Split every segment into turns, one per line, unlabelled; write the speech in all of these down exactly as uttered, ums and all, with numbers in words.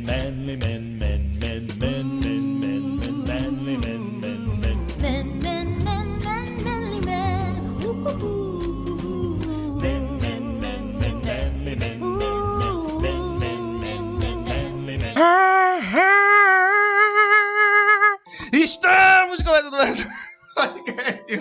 manly men, men, men, men, men, men, men, manly men, men, men.
Men, men, men, men, manly men.
Men, men, men, men, manly men, men, men, men, men, men, manly men.
Estamos começando mais um podcast.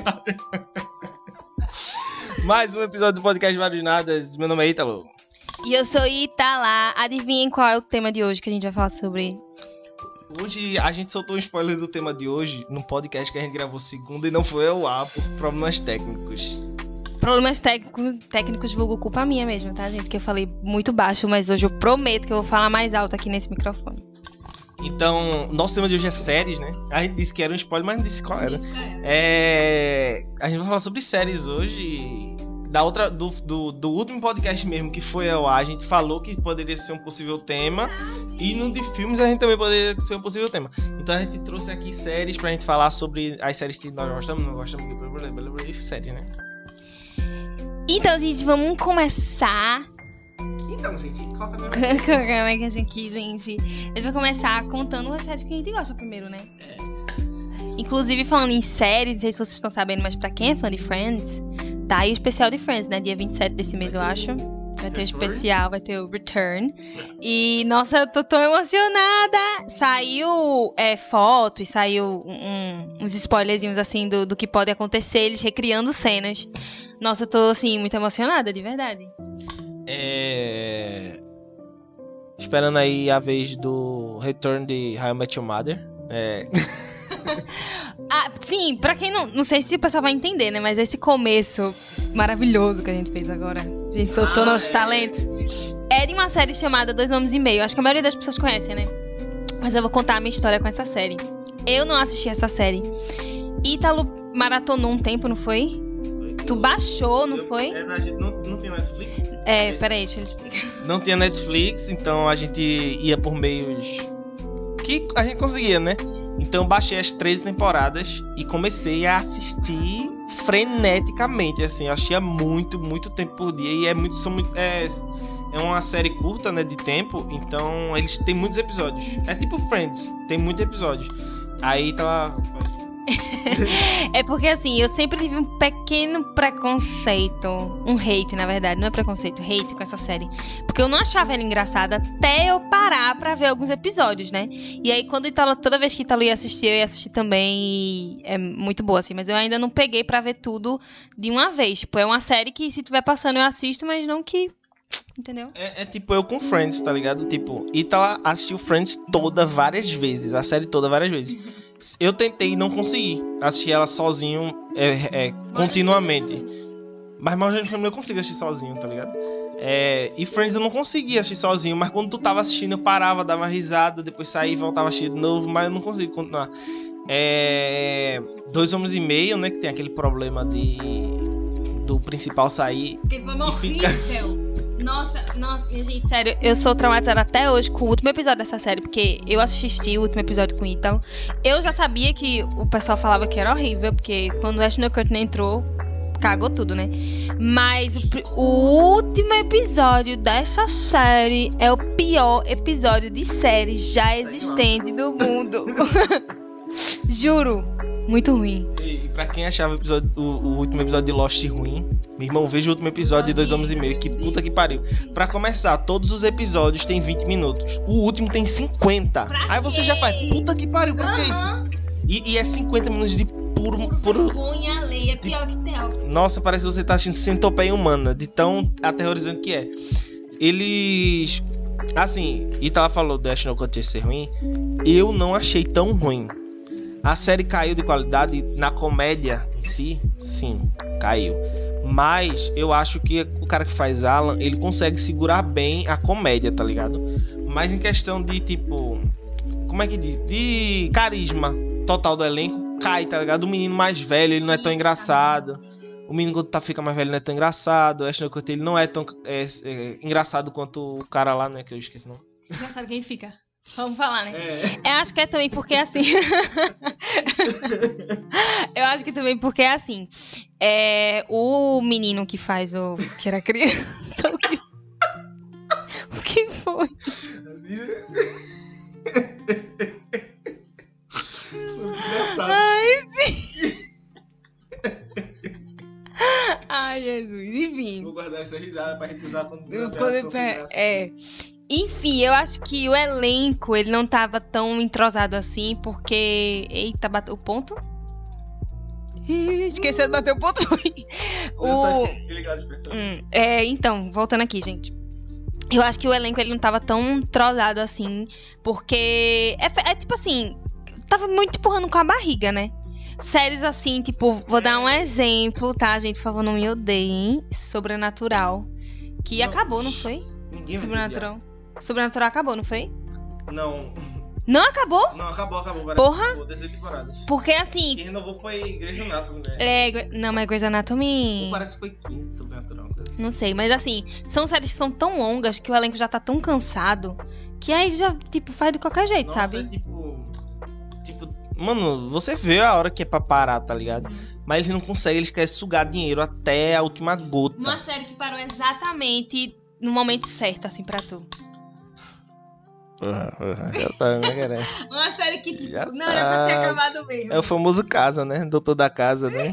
Mais um episódio do podcast Vários Nadas. Meu nome é Ítalo.
E eu sou Itala. Adivinhem qual é o tema de hoje que a gente vai falar sobre?
Hoje a gente soltou um spoiler do tema de hoje no podcast que a gente gravou segunda e não foi ao ar por problemas técnicos.
Problemas técnicos, técnicos vulgo culpa minha mesmo, tá, gente? Que eu falei muito baixo, mas hoje eu prometo que eu vou falar mais alto aqui nesse microfone.
Então, nosso tema de hoje é séries, né? A gente disse que era um spoiler, mas não disse qual era. É... A gente vai falar sobre séries hoje. Da outra, do, do, do último podcast mesmo que foi ao ar, a gente falou que poderia ser um possível tema. E no de filmes a gente também poderia ser um possível tema. Então a gente trouxe aqui séries pra gente falar sobre as séries que nós gostamos, não gostamos, e séries, né?
Então, gente, vamos começar...
Então, gente, qual que é o
Como é que a gente aqui, gente? A gente vai começar contando as séries que a gente gosta primeiro, né?
É.
Inclusive, falando em séries, não sei se vocês estão sabendo, mas pra quem é fã de Friends, tá aí o especial de Friends, né? Dia vinte e sete desse mês, eu acho. Vai ter o especial, vai ter o Return. E, nossa, eu tô tão emocionada! Saiu é, fotos, saiu um, uns spoilerzinhos, assim, do, do que pode acontecer, eles recriando cenas. Nossa, eu tô, assim, muito emocionada, de verdade.
É... Esperando aí a vez do Return de How I Met Your Mother. É...
Ah, sim, pra quem não... Não sei se o pessoal vai entender, né? Mas esse começo maravilhoso que a gente fez agora. A gente soltou ah, nossos é. talentos. É de uma série chamada Dois Nomes e Meio. Acho que a maioria das pessoas conhece, né? Mas eu vou contar a minha história com essa série. Eu não assisti essa série. Ítalo maratonou um tempo, não foi? Tu baixou, não foi?
É, não, não tem Netflix?
É, peraí, deixa eu explicar.
Não tinha Netflix, então a gente ia por meios que a gente conseguia, né? Então baixei as treze temporadas e comecei a assistir freneticamente, assim. Eu achei muito, muito tempo por dia. E é muito, são muito, é, é uma série curta, né, de tempo. Então eles têm muitos episódios. É tipo Friends, tem muitos episódios. Aí tá...
É porque assim, eu sempre tive um pequeno preconceito, um hate, na verdade, não é preconceito, hate com essa série, porque eu não achava ela engraçada até eu parar pra ver alguns episódios, né? E aí quando Italo, toda vez que Italo ia assistir, eu ia assistir também, e é muito boa assim, mas eu ainda não peguei pra ver tudo de uma vez. Tipo, é uma série que se tiver passando eu assisto, mas não que... Entendeu?
É, é tipo eu com Friends, tá ligado? Tipo, Itala assistiu Friends toda várias vezes, a série toda várias vezes. Eu tentei e não consegui assistir ela sozinho é, é, continuamente. Mas Modern Family eu consigo assistir sozinho, tá ligado? É, e Friends eu não conseguia assistir sozinho. Mas quando tu tava assistindo eu parava, dava risada, depois saía e voltava a assistir de novo. Mas eu não consigo continuar. É, Dois Homens e Meio, né? Que tem aquele problema de do principal sair.
Que foi
e fica...
horrível. Nossa, nossa, gente, sério, eu sou traumatizada até hoje com o último episódio dessa série, porque eu assisti o último episódio com o Ítalo. Eu já sabia que o pessoal falava que era horrível, porque quando o Ashton Kutcher entrou, cagou tudo, né? Mas o, o último episódio dessa série é o pior episódio de série já existente do mundo. Juro, muito ruim.
E pra quem achava o, episódio, o, o último episódio de Lost ruim, meu irmão, veja o último episódio de Dois Homens e Meio. Que puta que pariu. Pra começar, todos os episódios tem vinte minutos. O último tem cinquenta.
Pra
Aí você
quê?
já faz, puta que pariu, por que isso? E, e é cinquenta minutos de puro... puro...
Vergonha alheia, é pior que The Office.
Nossa, parece que você tá assistindo Centopeia Humana, de tão aterrorizante que é. Eles... Assim, Itala falou do Ashton Kutcher ser ruim. Eu não achei tão ruim. A série caiu de qualidade na comédia em si? Sim, caiu. Mas eu acho que o cara que faz Alan, ele consegue segurar bem a comédia, tá ligado? Mas em questão de, tipo... Como é que diz? De carisma total do elenco, cai, tá ligado? O menino mais velho, ele não é tão engraçado. O menino quando tá, fica mais velho não é tão engraçado. O Ashton Kutcher, ele não é tão é, é, engraçado quanto o cara lá, né? Que eu esqueci não.
Já sabe quem fica. Vamos falar, né?
É.
Eu acho que é também porque é assim. Eu acho que também porque é assim. É, o menino que faz o. Que era criança. O que, o que foi?
que usar quando
Eu-
quando
quando-
ela fosse
é. Enfim, eu acho que o elenco, ele não tava tão entrosado assim, porque... Eita, bateu o ponto? Ih, Esqueceu de bater o ponto.
Eu só
o...
esqueci de ligar o despertador.
Hum, é, então, voltando aqui, gente. Eu acho que o elenco, ele não tava tão entrosado assim, porque... É, fe- é tipo assim, tava muito empurrando com a barriga, né? Séries assim, tipo, vou dar um exemplo, tá, gente? Por favor, não me odeiem. Sobrenatural. Que
Não.
acabou, não foi?
Ninguém vai
Sobrenatural. Sobrenatural acabou, não foi?
ter- Não,
Não acabou?
não, acabou, acabou. parece
Porra.
que acabou, dezoito temporadas.
Porque assim.
Quem renovou foi Grey's Anatomy, né?
É, Gre- não, mas Grey's Anatomy.
Ou parece que foi quinze, Sobrenatural. coisa assim.
Não sei, mas assim, são séries que são tão longas que o elenco já tá tão cansado que aí já, tipo, faz de qualquer jeito,
Nossa,
sabe?
é tipo... Tipo... Mano, você vê a hora que é pra parar, tá ligado? Mas eles não conseguem, eles querem sugar dinheiro até a última gota.
Uma série que parou exatamente no momento certo, assim, pra tu.
Porra, porra, já tá, né, cara?
Uma série que, tipo,
Já
não era pra ter
sabe.
acabado mesmo.
É o famoso casa, né? Doutor da casa, né?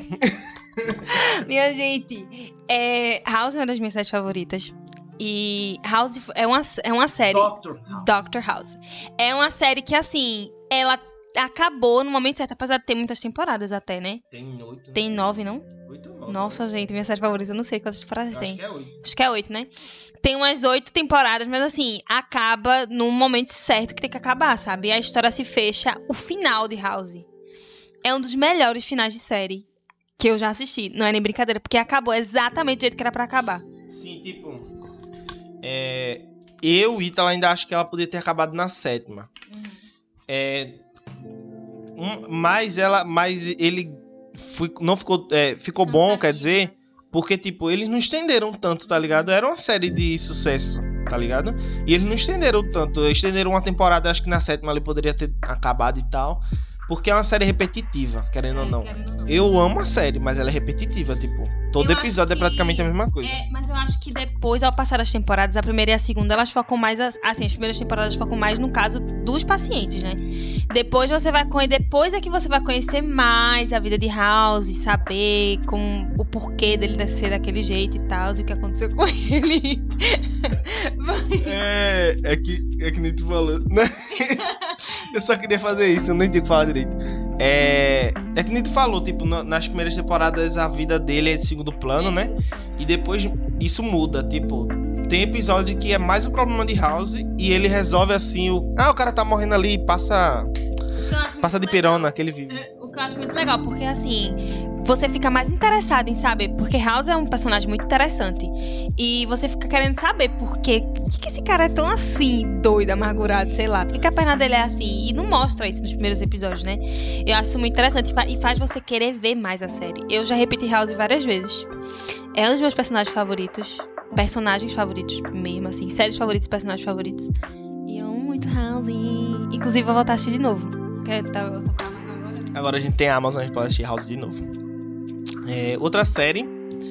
Minha gente, é... House é uma das minhas séries favoritas. E House é uma, é uma série...
Doctor
Doctor House. É uma série que, assim, ela acabou no momento certo, apesar de ter muitas temporadas até, né?
Tem oito. né?
Tem nove, não?
Oito ou nove.
Nossa, gente, minha série favorita, eu não sei quantas temporadas
Eu
tem.
acho que é oito.
Acho que é oito, né? Tem umas oito temporadas, mas assim, acaba no momento certo que tem que acabar, sabe? E a história se fecha, o final de House. É um dos melhores finais de série que eu já assisti. Não é nem brincadeira, porque acabou exatamente do jeito que era pra acabar.
Sim, tipo... É... Eu, Ítala, ainda acho que ela poderia ter acabado na sétima. É... Um, mas ela... Mas ele... Foi, não ficou... É, ficou
Não
bom,
tá
quer
rica.
dizer... Porque, tipo, eles não estenderam tanto, tá ligado? Era uma série de sucesso, tá ligado? E eles não estenderam tanto. Estenderam uma temporada, acho que na sétima ele poderia ter acabado e tal. Porque é uma série repetitiva, querendo ou não. Eu amo a série, mas ela é repetitiva, tipo... Todo
Eu acho
episódio é
que-
praticamente a mesma coisa.
É, mas eu acho que depois, ao passar as temporadas, a primeira e a segunda, elas focam mais, as- assim, as primeiras temporadas focam mais no caso dos pacientes, né? Depois você vai conhecer, depois é que você vai conhecer mais a vida de House, saber com o porquê dele ser daquele jeito e tal, e o que aconteceu com ele.
É, é que, é que nem tu falou, né? Eu só queria fazer isso, eu nem tinha que falar direito. É, é que nem tu falou, tipo, na- nas primeiras temporadas a vida dele é de segundo plano, né? E depois isso muda, tipo, tem episódio que é mais o problema de House e ele resolve assim o... Ah, o cara tá morrendo ali, passa, passa de pirona que ele vive.
O que eu acho muito legal, porque assim, você fica mais interessado em saber, porque House é um personagem muito interessante. E você fica querendo saber por quê. Por que, que esse cara é tão assim, doido, amargurado, sei lá? Por que, que a perna dele é assim? E não mostra isso nos primeiros episódios, né? Eu acho isso muito interessante e fa- e faz você querer ver mais a série. Eu já repeti House várias vezes. É um dos meus personagens favoritos. Personagens favoritos mesmo, assim. Séries favoritas, personagens favoritos. E eu amo muito House. Inclusive, vou voltar a assistir de novo. Porque eu tô, eu tô calma agora.
Agora a gente tem a Amazon, a gente pode assistir House de novo. É, outra série.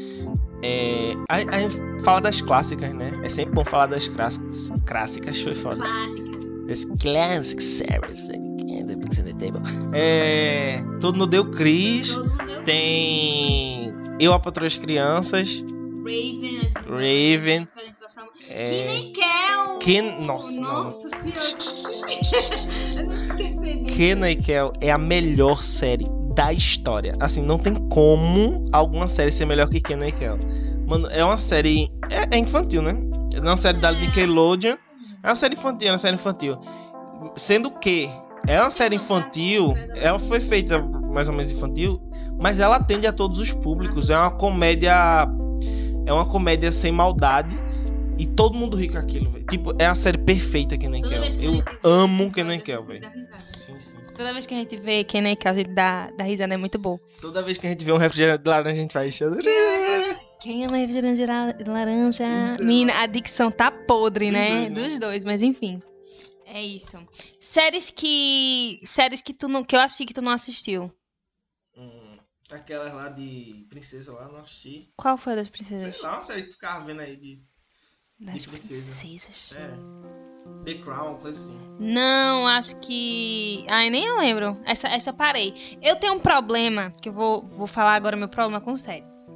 É, a, a gente fala das clássicas, né? É sempre bom falar das clássicas. Clássicas foi foda.
Clássica.
As classic series. né? The Books on the Table. É, Tudo no Deu Cris.
Todo mundo deu
Tem Eu, a Patroa e as Crianças.
Raven. as-
Raven.
que a gente gostava. Que
É,
nem Kel.
Ken- nossa,
Nossa senhora. Eu não esqueci disso.
Kenan e Kel é a melhor série da história. Assim, não tem como alguma série ser melhor que Kenan e Kel. Mano, é uma série... É, é infantil, né? É uma série da Nickelodeon. É uma série infantil, é uma série infantil. Sendo que é uma série infantil, ela foi feita mais ou menos infantil, mas ela atende a todos os públicos. É uma comédia... É uma comédia sem maldade. E todo mundo ri com aquilo, velho. Tipo, é a série perfeita Kenan e
Toda
Kel.
vez que a
Eu
gente vê
amo
esse
Kenan e
episódio,
Kel,
a gente
velho.
dá risada.
Sim, sim, sim.
Toda vez que a gente vê Kenan e Kel, a gente dá, dá risada, é muito bom.
Toda vez que a gente vê um refrigerante de laranja, a gente faz...
Quem ama refrigerante de la- laranja? Menina, a dicção tá podre,
Dos
né?
dois, né?
Dos dois, mas enfim. É isso. Séries que. Séries que tu não. Que eu achei que tu não assistiu.
Hum, aquelas lá de princesa lá, não assisti.
Qual foi a das
Sei
princesas?
lá, uma série que tu ficava vendo aí de
Das
de princesa.
princesas.
É, The Crown, coisa assim.
Não, acho que. Ai, nem eu lembro. Essa, essa eu parei. Eu tenho um problema, que eu vou, vou falar agora meu problema com série.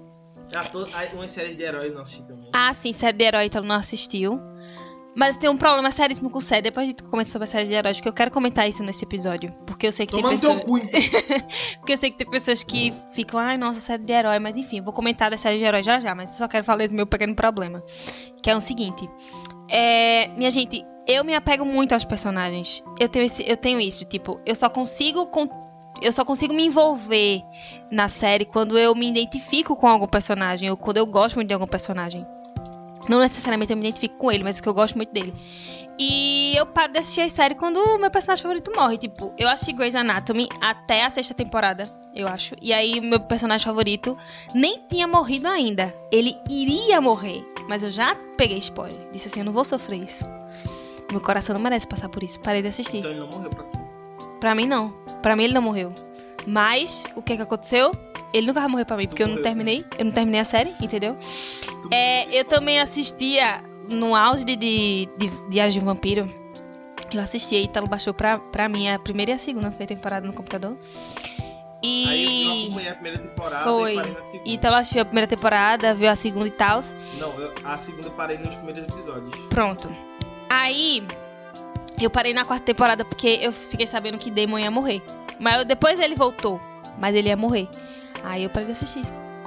Ah, to... ah, uma série de heróis não assisti também.
Ah, sim, série de herói, então não assistiu. Mas tem um problema seríssimo com série. Depois a gente comenta sobre a série de heróis, porque eu quero comentar isso nesse episódio. Porque eu sei que
Toma
tem
no teu
pessoas...
cu, então.
Porque eu sei que tem pessoas que ficam, ai, nossa, série de herói. Mas enfim, vou comentar da série de herói já já. Mas eu só quero falar esse meu pequeno problema. Que é o seguinte. É... Minha gente, eu me apego muito aos personagens. Eu tenho, esse... eu tenho isso, tipo, eu só consigo... Con... Eu só consigo me envolver na série quando eu me identifico com algum personagem. Ou quando eu gosto muito de algum personagem. Não necessariamente eu me identifico com ele, mas é que eu gosto muito dele. E eu paro de assistir a série quando o meu personagem favorito morre. Tipo, eu assisti Grey's Anatomy até a sexta temporada, eu acho. E aí o meu personagem favorito nem tinha morrido ainda. Ele iria morrer, mas eu já peguei spoiler. Disse assim, eu não vou sofrer isso. Meu coração não merece passar por isso. Parei de assistir.
Então ele não morreu pra tu.
Pra mim, não. Pra mim, ele não morreu. Mas, o que que aconteceu? Ele nunca vai morrer pra mim, porque eu não terminei. Eu não terminei a série, entendeu? É, eu também assistia no auge de, de, de Diário de um Vampiro. Eu assistia, Ítalo baixou pra, pra mim a primeira e a segunda temporada no computador. E...
Aí eu acompanhei a primeira temporada
Foi.
e parei na segunda.
Ítalo assistiu a primeira temporada, viu a segunda e tal.
Não, eu, a segunda eu parei nos primeiros episódios.
Pronto. Aí, eu parei na quarta temporada porque eu fiquei sabendo que Damon ia morrer. Mas eu, depois ele voltou, mas ele ia morrer. Aí eu parei de assistir.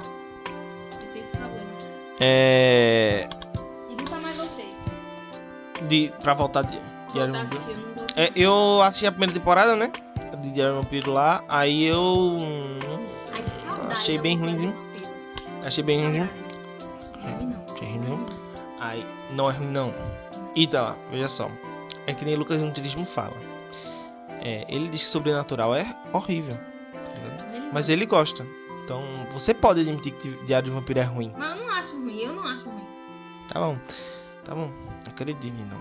Eu tenho esse problema.
É...
E nunca mais voltei.
De... Pra voltar de... Diário
Voltar a
de
assistir, eu não gosto.
É, eu assisti a primeira temporada, né? De Diário do Vampiro lá. Aí eu... hum,
Ai, que saudade.
Achei
da
bem
vontade
ruimzinho.
de vampiro.
Achei bem ruimzinho.
Não é ruim, não.
Achei ruim, não. Aí... Não é ruim, não. E tá lá, veja só. É que nem Lucas Nutrilismo fala. É, ele diz que Sobrenatural é horrível. Tá ligado?
Ele
Mas ele gosta. Então, você pode admitir que Diário do Vampiro é ruim.
Mas eu não acho ruim, eu não acho ruim.
Tá bom. Tá bom. Não acredite, não.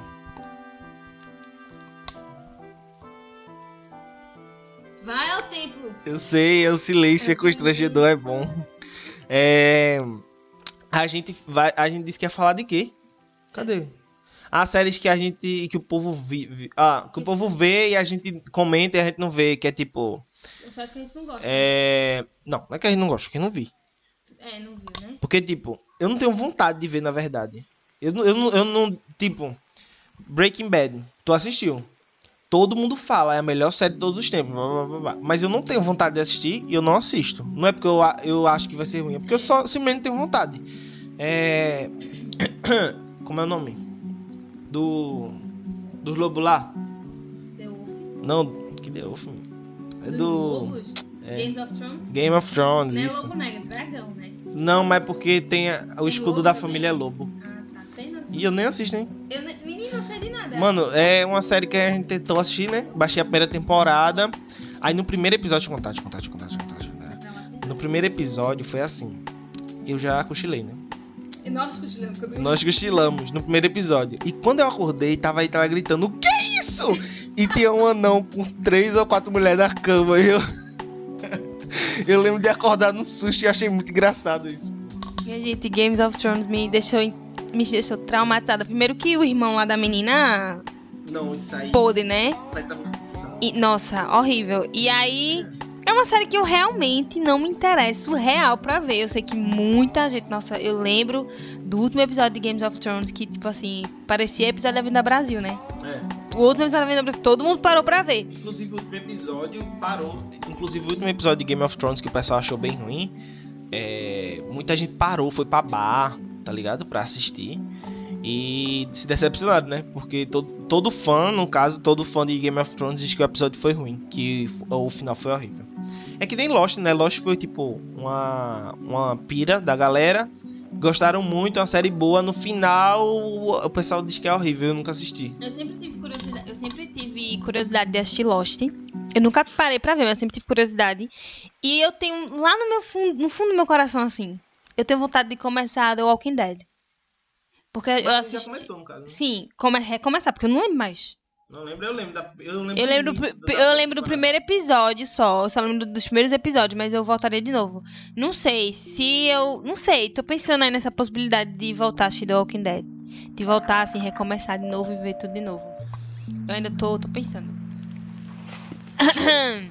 Vai ao tempo.
Eu sei, é o silêncio é constrangedor, é bom. É... A gente vai... A gente disse que ia falar de quê? Cadê? As séries que a gente... Que o povo vive... Ah, que o povo vê e a gente comenta e a gente não vê. Que é tipo...
Eu só acho que a gente não gosta.
É... Não, não é que a gente não gosta, que eu não vi.
É, não viu, né?
Porque, tipo... Eu não tenho vontade de ver, na verdade. Eu, não- eu, não- eu não... Tipo... Breaking Bad. Tu assistiu? Todo mundo fala, é a melhor série de todos os tempos. Blá, blá, blá, blá. Mas eu não tenho vontade de assistir e eu não assisto. Não é porque eu, a- eu acho que vai ser ruim. É porque eu só simplesmente tenho vontade. É... Como é o nome? Do... Dos lobos lá?
The Wolf.
Não, que The Wolf. É
Dos
do...
lobos?
é.
Games of Thrones?
Game of Thrones,
Não é
isso.
lobo negro, é dragão, né?
Não, mas é porque tem a- o
Tem
escudo
lobo
da
também?
família Lobo.
Ah, tá. Sei não.
E eu nem assisto, hein?
Eu ne... Menino, não sei de nada.
Mano, é uma série que a gente tentou assistir, né? Baixei a primeira temporada. Aí no primeiro episódio... Contar, deixa eu contar, deixa eu contar, deixa eu contar, deixa eu contar. No primeiro episódio foi assim. Eu já cochilei, né?
E nós cochilamos. quando-
Nós cochilamos no primeiro episódio. E quando eu acordei, tava aí, tava gritando, o que é isso? E tinha um anão com três ou quatro mulheres na cama. E eu... eu lembro de acordar no susto e achei muito engraçado isso.
Minha gente, Games of Thrones me deixou, me deixou traumatizada. Primeiro que o irmão lá da menina
Não, isso aí...
pôde, né?
vai dar maldição.
E, nossa, horrível. E aí, é uma série que eu realmente não me interesso real pra ver. Eu sei que muita gente... Nossa, eu lembro do último episódio de Games of Thrones que, tipo assim, parecia episódio da Vinda Brasil, né?
É.
O último episódio da Vinda Brasil, todo mundo parou pra ver.
Inclusive o último episódio parou. Inclusive o último episódio de Game of Thrones que o pessoal achou bem ruim. É, muita gente parou, foi pra bar, tá ligado? Pra assistir. E se decepcionaram, né? Porque todo, todo fã, no caso, todo fã de Game of Thrones diz que o episódio foi ruim. Que f- o final foi horrível. É que nem Lost, né? Lost foi tipo uma, uma pira da galera. Gostaram muito, é uma série boa. No final, o pessoal diz que é horrível. Eu nunca assisti.
Eu sempre tive curiosidade, eu sempre tive curiosidade de assistir Lost. Eu nunca parei pra ver, mas eu sempre tive curiosidade. E eu tenho lá no meu fundo, no fundo do meu coração assim, eu tenho vontade de começar The Walking Dead. Porque eu
Já
assisti.
começou, no caso. né?
Sim, come, recomeçar, porque eu não lembro mais.
Não lembro, eu lembro da. Eu lembro,
Eu lembro, do,
do,
pri- eu lembro do primeiro episódio só. Eu só lembro dos primeiros episódios, mas eu voltaria de novo. Não sei se eu. Não sei, tô pensando aí nessa possibilidade de voltar a assistir The Walking Dead. De voltar, assim, recomeçar de novo e ver tudo de novo. Eu ainda tô, tô pensando.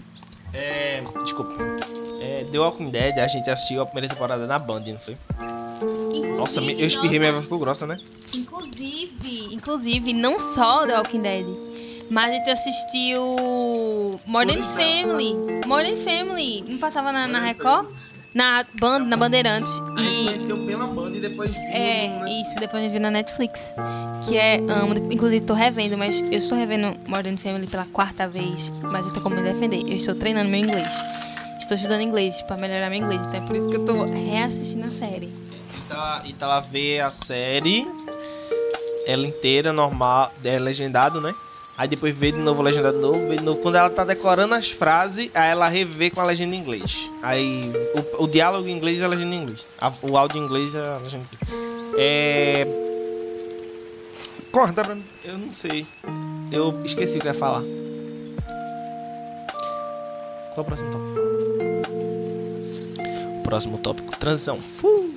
É, desculpa. É, The Walking Dead, a gente assistiu a primeira temporada na Band, não foi? Nossa, me- eu espirrei, minha voz ficou grossa, né?
Inclusive, inclusive, não só The Walking Dead, mas a gente assistiu Modern
Todos,
Family. Modern Family. Não passava na, na Record? Na Band, na Bandeirantes. E
conheceu pela Band e depois viu,
é,
né?
isso, depois eu vi na Netflix. Que é, amo, inclusive tô revendo, mas eu estou revendo Modern Family pela quarta vez. Mas eu tô como me defender. Eu estou treinando meu inglês. Estou estudando inglês pra melhorar meu inglês. Então é por isso que eu tô reassistindo a série.
E tá, e tá lá ver a série, ela inteira, normal, é legendado, né? Aí depois vê de novo legendado de novo, vê de novo. Quando ela tá decorando as frases, aí ela revê com a legenda em inglês. Aí o, o diálogo em inglês é a legenda em inglês. A- o áudio em inglês é a legenda em inglês. É... Corta pra mim. Eu não sei. Eu esqueci o que eu ia falar. Qual é o próximo tópico? Próximo tópico, transição. Uh!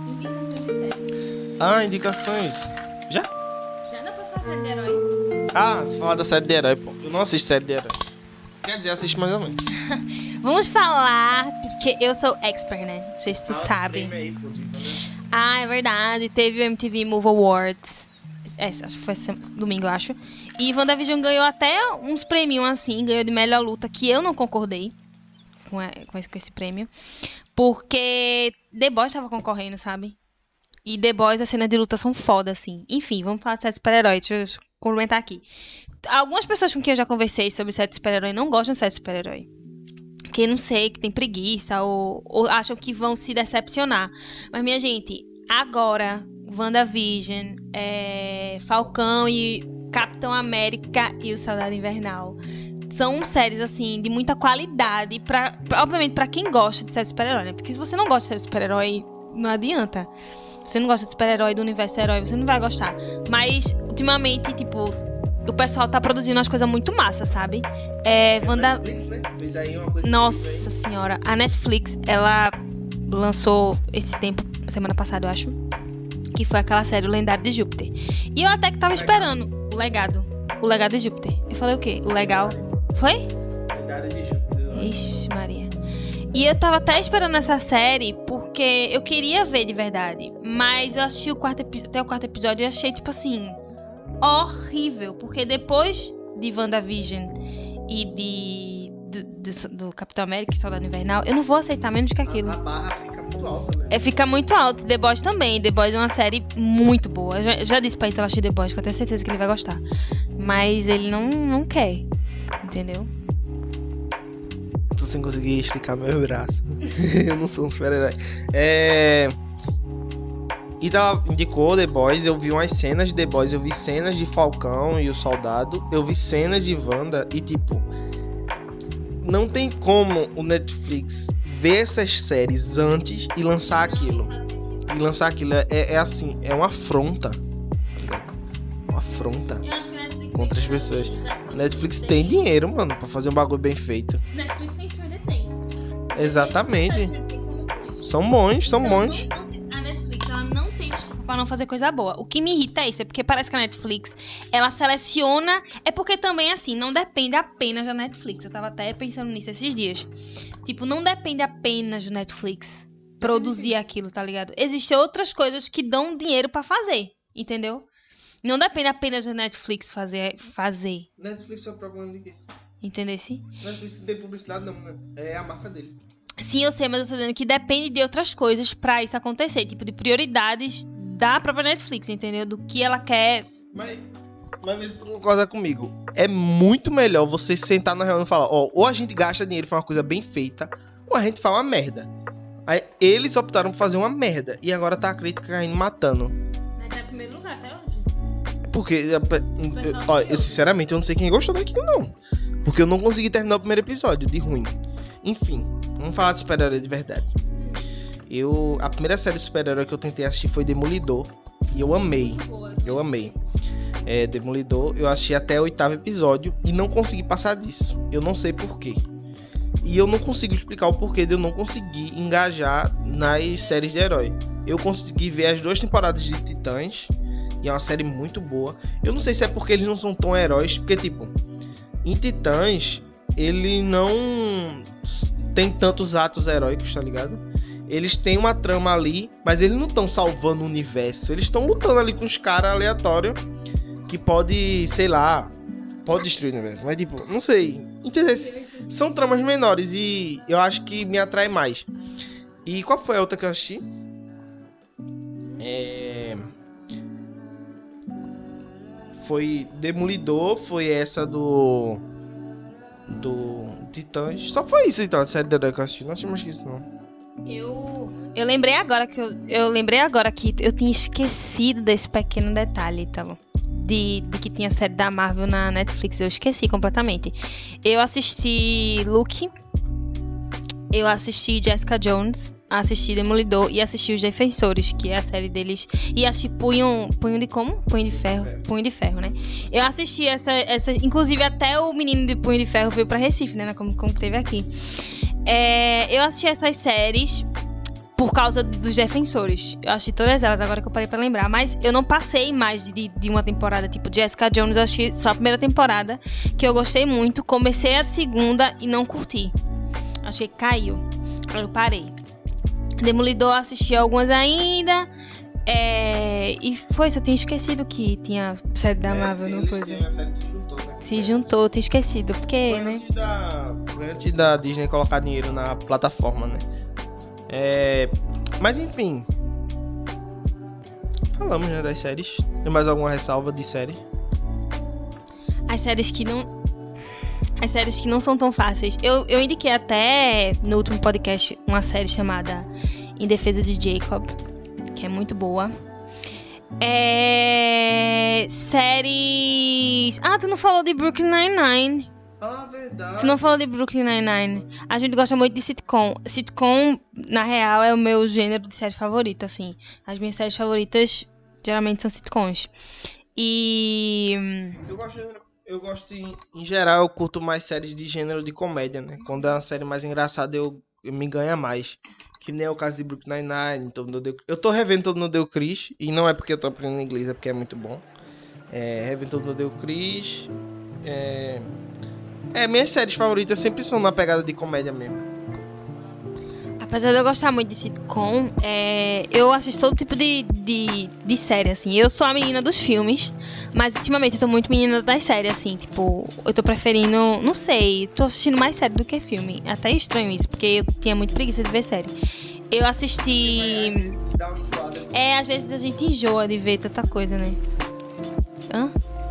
Ah, indicações. Já?
Já não posso fazer de herói.
Ah, você fala da série de herói, pô. Eu não assisto série de herói. Quer dizer, assisto mais ou menos.
Vamos falar, porque eu sou expert, né? Não sei se tu sabe. Ah, é verdade. Teve o M T V Movie Awards. É, acho que foi esse domingo, eu acho. E WandaVision ganhou até uns prêmios assim. Ganhou de melhor luta, que eu não concordei com, a- com, esse, com esse prêmio. Porque The Boys tava concorrendo, sabe? E The Boys, as cenas de luta são foda, assim. Enfim, vamos falar de série de super-herói. Deixa eu comentar aqui. Algumas pessoas com quem eu já conversei sobre série de super-herói não gostam de série de super-herói. Porque não sei, que tem preguiça ou, ou acham que vão se decepcionar. Mas, minha gente, agora, WandaVision, é, Falcão e Capitão América e o Soldado Invernal são séries, assim, de muita qualidade. Pra, pra- obviamente, pra quem gosta de série de super-herói, né? Porque se você não gosta de série de super-herói, não adianta. Você não gosta de super-herói, do universo herói, você não vai gostar. Mas, ultimamente, tipo, o pessoal tá produzindo umas coisas muito massa, sabe? É, Wanda...
Netflix, né? Fez aí uma coisa.
Nossa senhora, a Netflix, ela lançou esse tempo, semana passada, eu acho, que foi aquela série O Lendário de Júpiter. E eu até que tava esperando o legado. O legado de Júpiter. Eu falei o quê? O legal. Foi? Ixi, Maria. E eu tava até esperando essa série porque eu queria ver de verdade. Mas eu assisti o quarto epi- até o quarto episódio e achei, tipo assim, horrível. Porque depois de WandaVision e de do, do, do Capitão América e Soldado Invernal, eu não vou aceitar menos que aquilo.
A barra fica muito alta, né?
É, fica muito alto. The Boys também. The Boys é uma série muito boa. Eu já, eu já disse pra Ítalo assistir The Boys, que eu tenho certeza que ele vai gostar. Mas ele não, não quer. Entendeu?
Tô sem conseguir esticar meu braço. Eu não sou um super-herói. É... E ela indicou The Boys, eu vi umas cenas de The Boys, eu vi cenas de Falcão e o Soldado, eu vi cenas de Wanda e tipo... Não tem como o Netflix ver essas séries antes e lançar aquilo. E lançar aquilo é, é assim, é uma afronta. Tá ligado? Uma afronta
Eu acho que Netflix
contra as pessoas. Netflix tem dinheiro, mano, pra fazer um bagulho bem feito.
Netflix tem Stranger Things.
Exatamente.
Stranger Things são muito bons.
São bons, são
Então,
bons.
não- não se- a Netflix, ela não tem desculpa pra não fazer coisa boa. O que me irrita é isso, é porque parece que a Netflix, ela seleciona... É porque também, assim, não depende apenas da Netflix. Eu tava até pensando nisso esses dias. Tipo, não depende apenas do Netflix produzir aquilo, tá ligado? Existem outras coisas que dão dinheiro pra fazer, entendeu? Não depende apenas do Netflix fazer, fazer,
Netflix é o problema de quê?
entendeu? Sim?
Netflix não tem publicidade não, né? É a marca dele.
Sim, eu sei, mas eu tô dizendo que depende de outras coisas pra isso acontecer. Tipo, de prioridades da própria Netflix, entendeu? Do que ela quer.
Mas, mas vê se tu concorda comigo. É muito melhor você sentar na reunião e falar, ó, ou a gente gasta dinheiro e faz uma coisa bem feita, ou a gente faz uma merda. Aí eles optaram por fazer uma merda. E agora tá a crítica caindo matando.
Mas tá em primeiro lugar até hoje.
Porque, eu- eu- ó, eu sinceramente eu não sei quem gostou daquilo, não. Porque eu não consegui terminar o primeiro episódio, de ruim. Enfim, vamos falar de super-herói de verdade. Eu, a primeira série de super-herói que eu tentei assistir foi Demolidor. E eu amei. Eu amei. É, Demolidor, eu assisti até o oitavo episódio e não consegui passar disso. Eu não sei porquê. E eu não consigo explicar o porquê de eu não conseguir engajar nas séries de herói. Eu consegui ver as duas temporadas de Titãs. E é uma série muito boa. Eu não sei se é porque eles não são tão heróis. Porque, tipo, em Titãs, ele não s- tem tantos atos heróicos, tá ligado? Eles têm uma trama ali, mas eles não estão salvando o universo. Eles estão lutando ali com os caras aleatórios que pode, sei lá, pode destruir o universo. Mas tipo, não sei. Entendeu? São tramas menores e eu acho que me atrai mais. E qual foi a outra que eu assisti? É... Foi Demolidor, foi essa do... Do Titãs. Só foi isso então, a série da que eu assisti. Não assisti mais que isso não.
Eu, eu lembrei agora que eu, eu lembrei agora que eu tinha esquecido desse pequeno detalhe, Ítalo. De, de que tinha série da Marvel na Netflix. Eu esqueci completamente. Eu assisti Luke. Eu assisti Jessica Jones. Assisti Demolidor e assisti Os Defensores, que é a série deles. E assisti Punho. Punho de como? Punho de Ferro. Punho de Ferro, né? Eu assisti essa. essa inclusive, até o menino de Punho de Ferro veio pra Recife, né? Como, como teve aqui. É, eu assisti essas séries por causa dos Defensores. Eu assisti todas elas, agora que eu parei pra lembrar. Mas eu não passei mais de, de uma temporada. Tipo, Jessica Jones, eu assisti só a primeira temporada, que eu gostei muito. Comecei a segunda e não curti. Achei que caiu. Aí eu parei. Demolidor, assisti algumas ainda. É, e foi isso, eu tinha esquecido que tinha série da Marvel, não coisa.
A série se juntou, né?
Se juntou, eu tinha esquecido. Porque,
Foi
né?
antes da, foi antes da Disney colocar dinheiro na plataforma, né? É, mas enfim. Falamos, né, das séries. Tem mais alguma ressalva de série?
As séries que não. As séries que não são tão fáceis. Eu, eu indiquei até no último podcast uma série chamada Em Defesa de Jacob, que é muito boa. É. Séries. Ah, tu não falou de Brooklyn Nine-Nine.
Ah, verdade.
Tu não falou de Brooklyn Nine-Nine. A gente gosta muito de sitcom. Sitcom, na real, é o meu gênero de série favorito, assim. As minhas séries favoritas geralmente são sitcoms. E.
Eu gosto, eu gosto em, em geral, eu curto mais séries de gênero de comédia, né? Quando é uma série mais engraçada, eu, eu me ganha mais. Que nem é o caso de Brooklyn Nine-Nine. Todo mundo deu, eu tô revendo Todo Mundo Deu Chris. E não é porque eu tô aprendendo inglês, é porque é muito bom. É, revendo Todo Mundo Deu Chris. É, é, minhas séries favoritas sempre são na pegada de comédia mesmo.
Apesar de eu gostar muito de sitcom, é, eu assisto todo tipo de, de, de série, assim. Eu sou a menina dos filmes, mas ultimamente eu tô muito menina das séries, assim. Tipo, eu tô preferindo, não sei, tô assistindo mais série do que filme. Até estranho isso, porque eu tinha muito preguiça de ver série. Eu assisti... É, às vezes a gente enjoa de ver tanta coisa, né? Hã?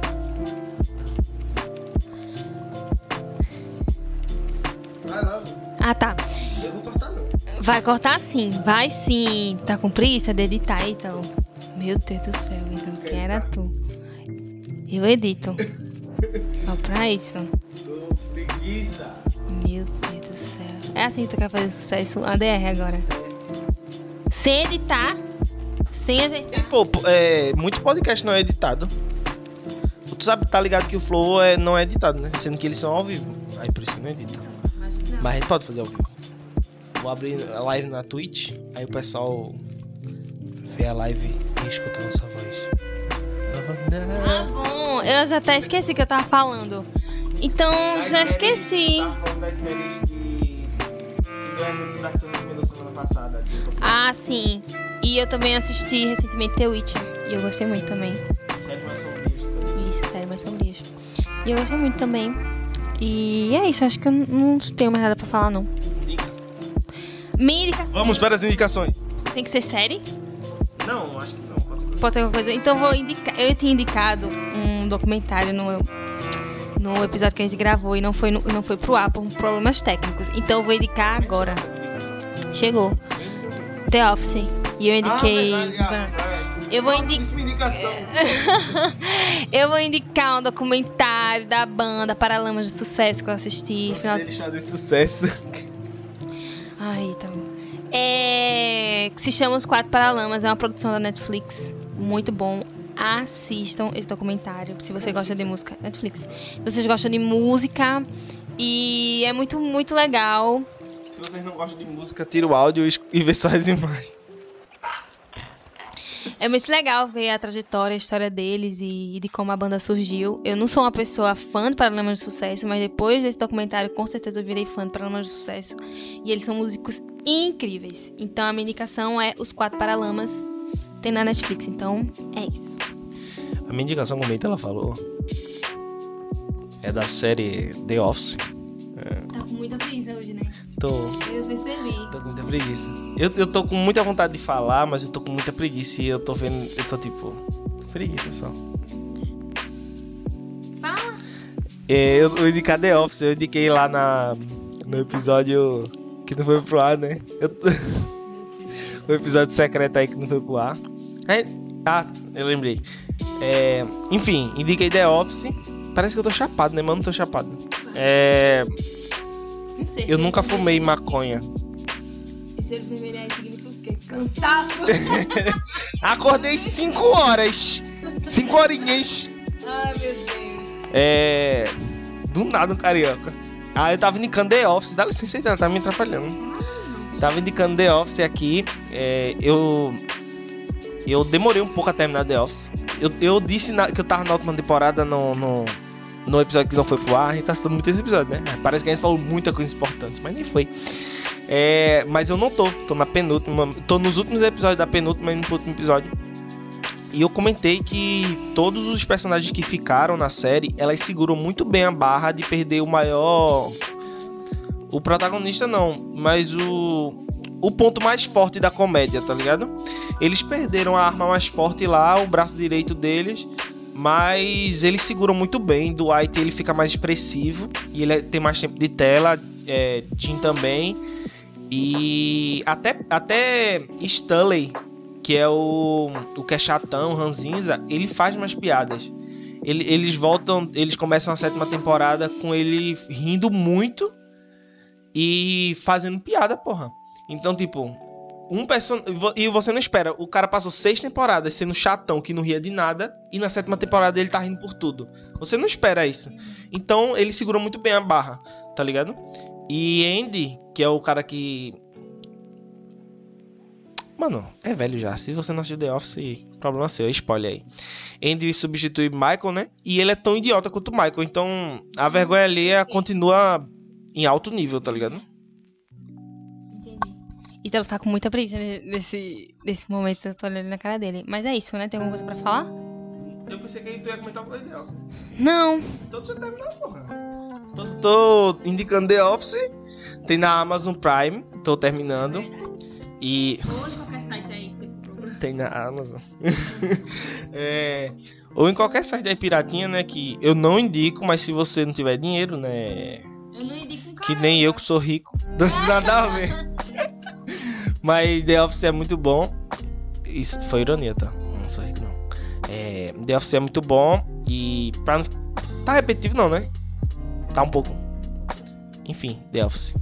Ah, tá.
Eu vou cortar não.
Vai cortar sim, vai sim. Tá com preguiça de editar, então. Meu Deus do céu, então quem era tu? Eu edito. Só pra isso.
Tô preguiça.
Meu Deus do céu. É assim que tu quer fazer sucesso A D R agora. Sem editar. Sem ajeitar.
E, pô, é, muito podcast não é editado. Tu sabe, tá ligado que o Flow é, não é editado, né? Sendo que eles são ao vivo. Aí por isso não edita.
Mas não.
Mas a gente pode fazer ao vivo. Vou abrir a live na Twitch. Aí o pessoal vê a live e escuta a nossa voz. Oh,
Ah, bom. Eu já até esqueci o que eu tava falando. Então, já esqueci.
Tá falando das séries que... Tu deu exemplo da que tu recomendou semana passada. de-
Ah, sim. E eu também assisti recentemente The Witcher. E eu gostei muito também.
Séries mais sombrias também.
Isso, série mais sombrias. E eu gostei muito também. E é isso, acho que eu não tenho mais nada pra falar, não.
Indica.
Minha indicação.
Vamos para as indicações.
Tem que ser série?
Não, acho que não. Pode ser.
Pode ser qualquer coisa. Então eu vou indicar. Eu tinha indicado um documentário no, no episódio que a gente gravou e não foi, no, não foi pro ar por problemas técnicos. Então eu vou indicar agora. Chegou. The Office. E eu indiquei.
Ah, verdade, ah,
Eu vou
é.
indicar.
Isso é uma indicação.
Eu vou indicar um documentário da banda Paralamas de Sucesso que eu assisti. Final...
Gostei de deixar de sucesso.
Ai, tá bom. É... Que se chama Os Quatro Paralamas, é uma produção da Netflix. Muito bom. Assistam esse documentário. Se você gosta de música, Netflix. Se vocês gostam de música. E é muito, muito legal.
Se vocês não gostam de música, tira o áudio e vê só as imagens.
É muito legal ver a trajetória, a história deles e, e de como a banda surgiu. Eu não sou uma pessoa fã de Paralamas de Sucesso, mas depois desse documentário, com certeza eu virei fã de Paralamas de Sucesso. E eles são músicos incríveis. Então a minha indicação é Os Quatro Paralamas. Tem na Netflix, então é isso.
A minha indicação, como a ela falou, é da série The Office.
Tá com muita preguiça hoje, né?
Tô,
Eu percebi.
tô com muita preguiça. Eu, eu tô com muita vontade de falar, mas eu tô com muita preguiça e eu tô vendo. Eu tô tipo. Preguiça só.
Fala.
É, eu, eu indiquei The Office, eu indiquei lá na, no episódio que não foi pro ar, né? Eu, o episódio secreto aí que não foi pro ar. É, ah, eu lembrei. É, enfim, indiquei The Office. Parece que eu tô chapado, né? Mas eu não tô chapado. É,
Não sei.
eu
esse
nunca
olho
fumei
vermelho-
maconha.
Esse olho vermelho aí significa o quê? Cansaço.
Acordei cinco horas. cinco horinhas.
Ai, meu Deus.
É. Do nada um carioca. Ah, eu tava indicando The Office. Dá licença aí, tá me atrapalhando. Tava indicando The Office aqui. É, eu. Eu demorei um pouco a terminar The Office. Eu, eu disse na- que eu tava na última temporada no, no, no episódio que não foi pro ar. A gente tá citando muito esse episódio, né? Parece que a gente falou muita coisa importante, mas nem foi. É, mas eu não tô. Tô na penúltima. Tô nos últimos episódios da penúltima e no último episódio. E eu comentei que todos os personagens que ficaram na série, elas seguram muito bem a barra de perder o maior... O protagonista não, mas o... O ponto mais forte da comédia, tá ligado? Eles perderam a arma mais forte lá, o braço direito deles, mas eles seguram muito bem. Dwight, ele fica mais expressivo e ele tem mais tempo de tela, é, Jim também. E até, até Stanley, que é o, o que é chatão, ranzinza, ele faz umas piadas. Ele, eles voltam, eles começam a sétima temporada com ele rindo muito e fazendo piada, porra. Então, tipo, um person... e você não espera. O cara passou seis temporadas sendo chatão, que não ria de nada, e na sétima temporada ele tá rindo por tudo. Você não espera isso. Então, ele segurou muito bem a barra, tá ligado? E Andy, que é o cara que... Mano, é velho já. Se você não assistiu The Office, problema seu, spoiler aí. Andy substitui Michael, né? E ele é tão idiota quanto o Michael. Então, a vergonha alheia continua em alto nível, tá ligado?
Então tá com muita preguiça nesse, nesse momento, eu tô olhando na cara dele. Mas é isso, né? Tem alguma coisa pra falar?
Eu pensei que tu ia comentar o The Office.
Não.
Então tu já terminou, porra. Tô, tô indicando The Office. Tem na Amazon Prime. Tô terminando. E
Ou de qualquer site aí que você procura.
tem na Amazon. É, ou em qualquer site aí piratinha, né? Que eu não indico, mas se você não tiver dinheiro, né?
Eu não indico um
Que nem eu que sou rico. Não tem nada a ver. Mas The Office é muito bom. Isso foi ironia, tá? Não sou rico, não. É, The Office é muito bom. E pra não... Tá repetitivo não, né? Tá um pouco. Enfim, The Office.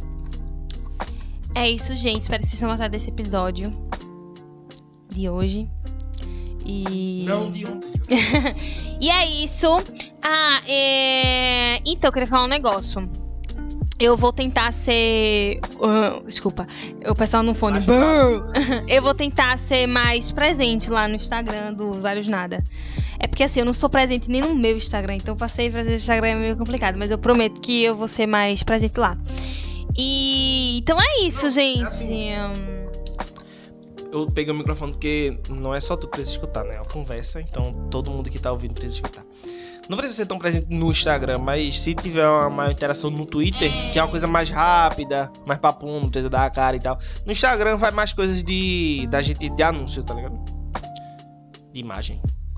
É isso, gente. Espero que vocês tenham gostado desse episódio de hoje. E...
Não de ontem.
E é isso. Ah, é... Então, eu queria falar um negócio. Eu vou tentar ser... uh, desculpa. O pessoal no fone. Eu vou tentar ser mais presente lá no Instagram do Vários Nada. É porque assim, eu não sou presente nem no meu Instagram. Então, passei presente no Instagram é meio complicado. Mas eu prometo que eu vou ser mais presente lá. E... Então é isso, gente. Hum,
Eu peguei o microfone porque não é só tu que precisa escutar, né? É uma conversa, então todo mundo que tá ouvindo precisa escutar. Não precisa ser tão presente no Instagram, mas se tiver uma maior interação no Twitter, que é uma coisa mais rápida, mais papum, não precisa dar a cara e tal. No Instagram vai mais coisas de da gente de anúncio, tá ligado? De imagem.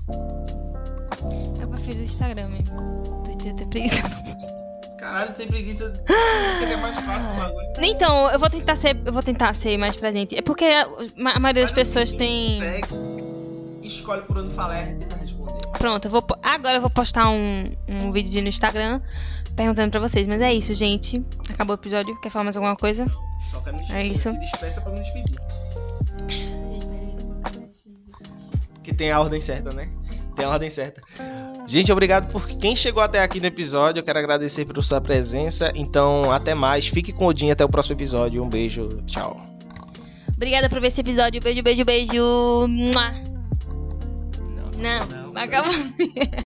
eu prefiro o Instagram mesmo. Twitter eu tenho preguiça.
Caralho, tem preguiça. Porque é mais fácil o bagulho.
Então, eu vou tentar ser, eu vou tentar ser mais presente. É porque a, a maioria das pessoas tem.
Segue, escolhe por onde falar e tenta responder.
Pronto, eu vou po- agora eu vou postar um, um vídeo no Instagram perguntando pra vocês. Mas é isso, gente. Acabou o episódio. Quer falar mais alguma coisa?
Só quero me despedir.
É isso.
Se despeça pra me despedir. Que tem a ordem certa, né? Tem a ordem certa. Gente, obrigado por quem chegou até aqui no episódio. Eu quero agradecer por sua presença. Então, até mais. Fique com o Odin até o próximo episódio. Um beijo. Tchau.
Obrigada por ver esse episódio. Beijo, beijo, beijo. Mua. Não,
Não.
acabou.